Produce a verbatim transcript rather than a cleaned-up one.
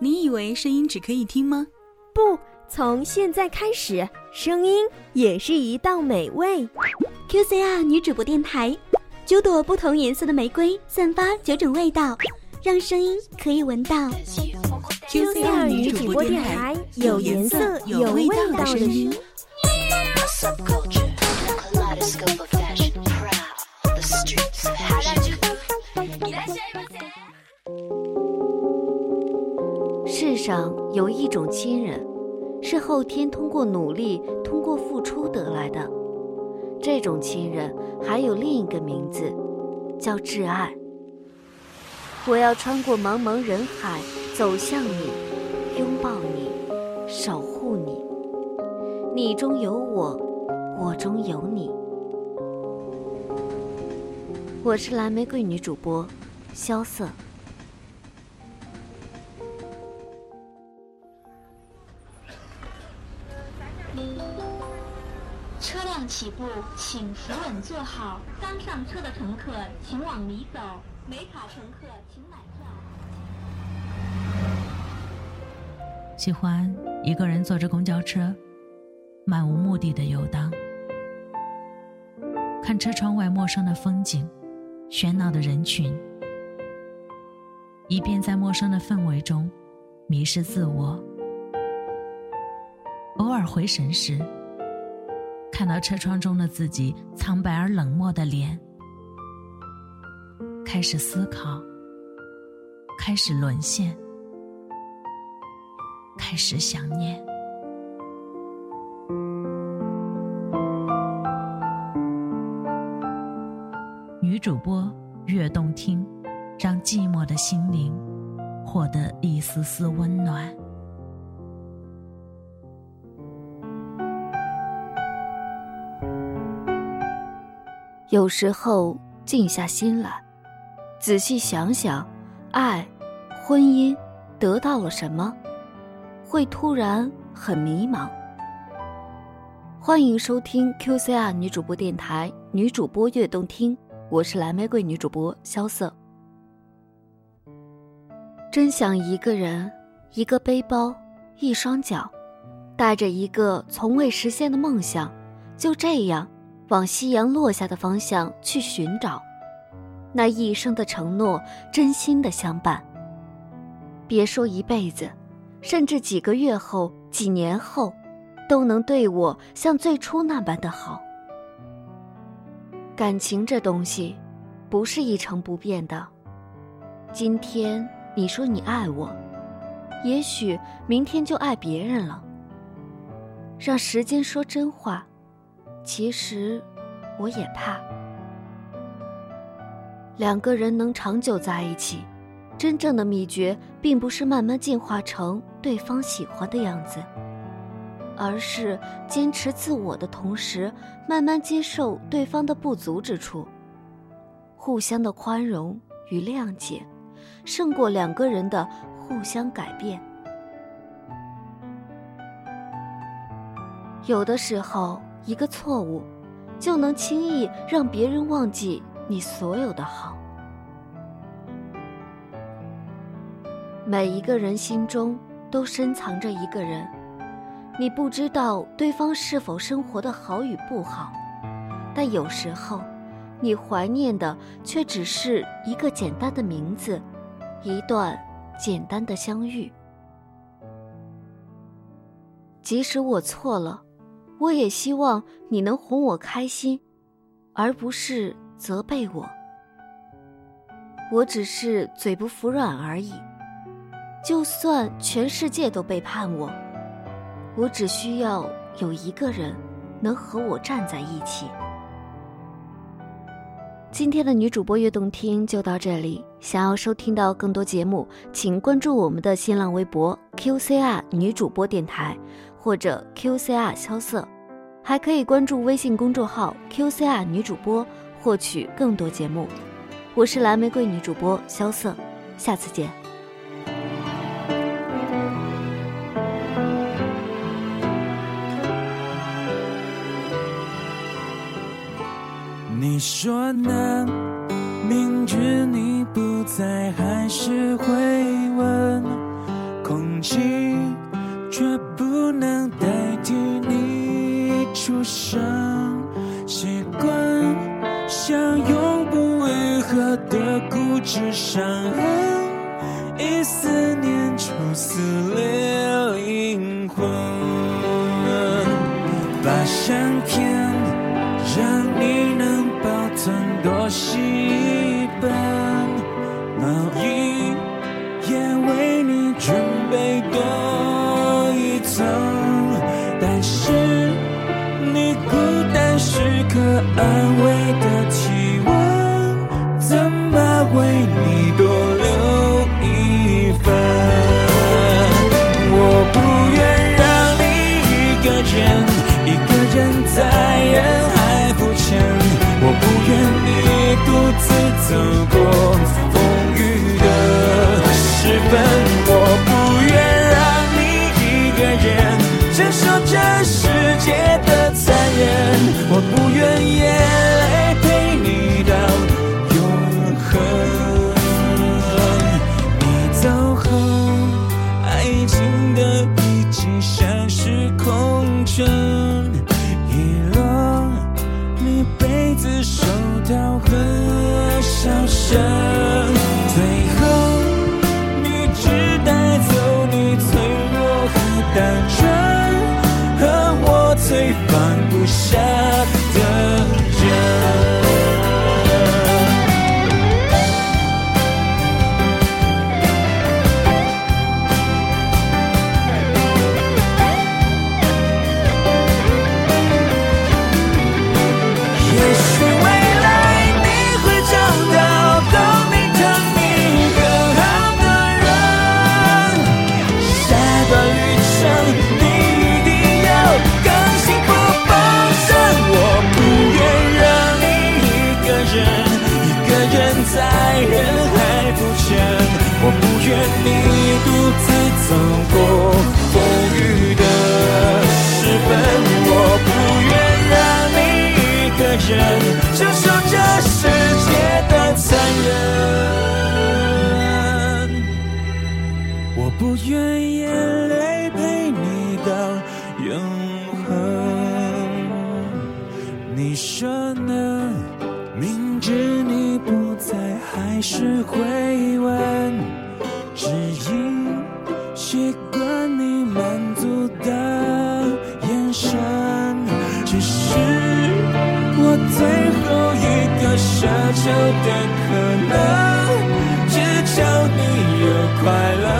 你以为声音只可以听吗？ 不，从现在开始，声音也是一道美味。 Q C R 女主播电台，九朵不同颜色的玫瑰，散发九种味道，让声音可以闻到。 Q C R 女主播电台，有颜色有味道的声音。 世上有一种亲人，是后天通过努力、通过付出得来的。这种亲人还有另一个名字，叫挚爱。我要穿过茫茫人海，走向你，拥抱你，守护你。你中有我，我中有你。我是蓝玫瑰女主播萧瑟。 车辆起步，请扶稳坐好。刚上车的乘客请往里走，没卡乘客请买票。 喜欢一个人坐着公交车，漫无目的的游荡，看车窗外陌生的风景，喧闹的人群，一边在陌生的氛围中迷失自我。偶尔回神时，看到车窗中的自己苍白而冷漠的脸，开始思考，开始沦陷，开始想念。女主播悦动听，让寂寞的心灵获得一丝丝温暖。 有时候静下心来，仔细想想，爱、婚姻得到了什么，会突然很迷茫。欢迎收听 Q C R 女主播电台，女主播悦动听，我是蓝玫瑰女主播萧瑟。真想一个人，一个背包，一双脚，带着一个从未实现的梦想，就这样往夕阳落下的方向去寻找，那一生的承诺，真心的相伴。别说一辈子，甚至几个月后、几年后，都能对我像最初那般的好。感情这东西，不是一成不变的。今天你说你爱我，也许明天就爱别人了。让时间说真话，其实我也怕。两个人能长久在一起，真正的秘诀并不是慢慢进化成对方喜欢的样子，而是坚持自我的同时，慢慢接受对方的不足之处。互相的宽容与谅解，胜过两个人的互相改变。有的时候，一个错误就能轻易让别人忘记你所有的好。每一个人心中都深藏着一个人，你不知道对方是否生活的好与不好，但有时候你怀念的却只是一个简单的名字，一段简单的相遇。即使我错了，我也希望你能哄我开心，而不是责备我。我只是嘴不服软而已，就算全世界都背叛我，我只需要有一个人能和我站在一起。今天的女主播悦动听就到这里，想要收听到更多节目，请关注我们的新浪微博 Q C R 女主播电台或者 Q C R 萧瑟，还可以关注微信公众号 Q C R 女主播获取更多节目。我是蓝玫瑰女主播萧瑟，下次见。 你说呢？明知你不在，还是会问，空记，却不能代替你出生。习惯像永不愈合的固执伤痕，一思念就撕裂灵魂。把相片让你能保存多细一本，毛衣也为你准备多一层，但是你孤单时刻安慰的体温，怎么为你多留一份？我不愿让你一个人一个人在人海浮沉，我不愿你独自走过风雨的时分，我不愿让你一个人承受这世界的残忍，我不愿眼泪陪你到永恒。你走后，爱情的遗迹像是空城，遗落你杯子、手套和笑声，最后你只带走你脆弱和单纯，和我最放不下的人。我不愿你独自走过风雨的时分，我不愿让你一个人承受这世界的残忍，我不愿眼泪陪你到永恒。你说呢？明知你不在，还是会问，只因习惯你满足的眼神，只是我最后一个奢求的可能，只求你有快乐